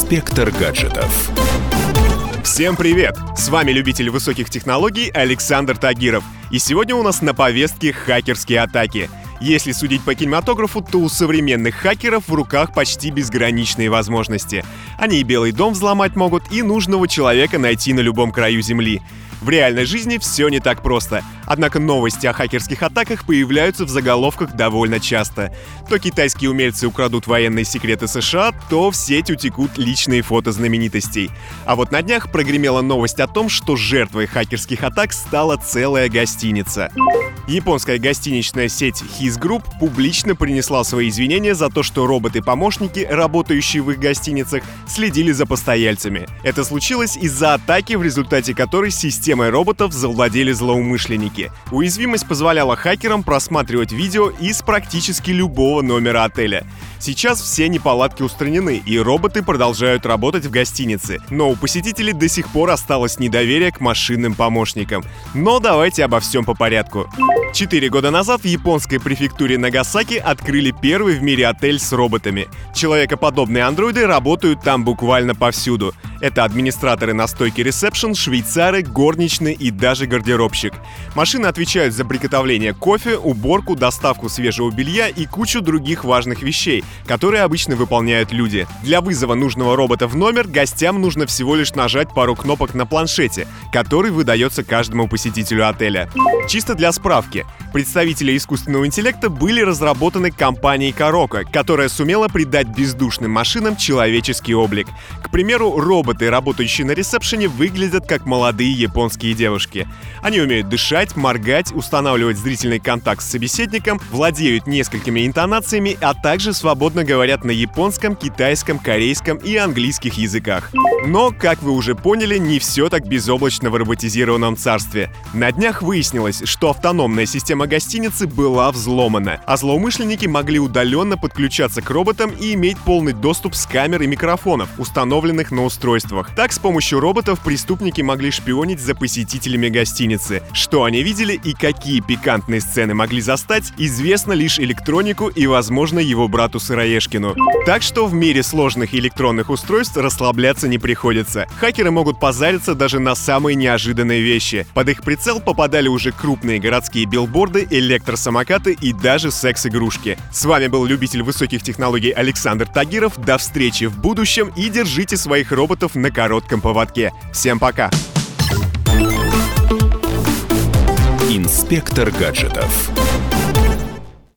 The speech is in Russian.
Инспектор гаджетов. Всем привет! С вами любитель высоких технологий Александр Тагиров. И сегодня у нас на повестке хакерские атаки. Если судить по кинематографу, то у современных хакеров в руках почти безграничные возможности. Они и Белый дом взломать могут, и нужного человека найти на любом краю земли. В реальной жизни все не так просто. Однако новости о хакерских атаках появляются в заголовках довольно часто. То китайские умельцы украдут военные секреты США, то в сеть утекут личные фото знаменитостей. А вот на днях прогремела новость о том, что жертвой хакерских атак стала целая гостиница. Японская гостиничная сеть His Group публично принесла свои извинения за то, что роботы-помощники, работающие в их гостиницах, следили за постояльцами. Это случилось из-за атаки, в результате которой системой роботов завладели злоумышленники. Уязвимость позволяла хакерам просматривать видео из практически любого номера отеля. Сейчас все неполадки устранены, и роботы продолжают работать в гостинице. Но у посетителей до сих пор осталось недоверие к машинным помощникам. Но давайте обо всем по порядку. 4 года назад в японской префектуре Нагасаки открыли первый в мире отель с роботами. Человекоподобные андроиды работают там буквально повсюду. Это администраторы на стойке ресепшн, швейцары, горничные и даже гардеробщик. Машины отвечают за приготовление кофе, уборку, доставку свежего белья и кучу других важных вещей, которые обычно выполняют люди. Для вызова нужного робота в номер гостям нужно всего лишь нажать пару кнопок на планшете, который выдается каждому посетителю отеля. Чисто для справки, представители искусственного интеллекта были разработаны компанией Karoqa, которая сумела придать бездушным машинам человеческий облик. К примеру, роботы, работающие на ресепшене, выглядят как молодые японские девушки. Они умеют дышать, моргать, устанавливать зрительный контакт с собеседником, владеют несколькими интонациями, а также свободно говорят на японском, китайском, корейском и английских языках. Но, как вы уже поняли, не все так безоблачно в роботизированном царстве. На днях выяснилось, что автономная система гостиницы была взломана, а злоумышленники могли удаленно подключаться к роботам и иметь полный доступ с камер и микрофонов, установленных на устройствах. Так, с помощью роботов преступники могли шпионить за посетителями гостиницы. Что они видели и какие пикантные сцены могли застать, известно лишь электронику и, возможно, его брату Сыроежкину. Так что в мире сложных электронных устройств расслабляться не приходится. Хакеры могут позариться даже на самые неожиданные вещи. Под их прицел попадали уже крупные городские билборды, электросамокаты и даже секс-игрушки. С вами был любитель высоких технологий Александр Тагиров. До встречи в будущем и держите своих роботов на коротком поводке. Всем пока! Инспектор гаджетов.